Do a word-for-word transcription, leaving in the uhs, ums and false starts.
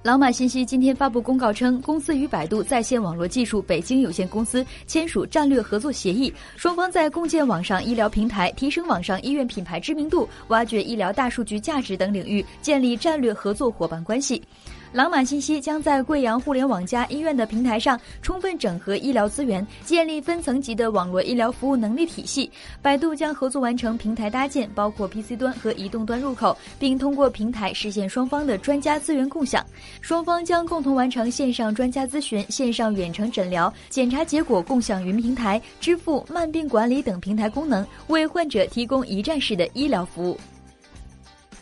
朗玛信息今天发布公告称，公司与百度在线网络技术北京有限公司签署战略合作协议，双方在共建网上医疗平台、提升网上医院品牌知名度、挖掘医疗大数据价值等领域建立战略合作伙伴关系。朗玛信息将在贵阳互联网加医院的平台上充分整合医疗资源，建立分层级的网络医疗服务能力体系。百度将合作完成平台搭建，包括 P C 端和移动端入口，并通过平台实现双方的专家资源共享。双方将共同完成线上专家咨询、线上远程诊疗、检查结果共享云平台、支付、慢病管理等平台功能，为患者提供一站式的医疗服务。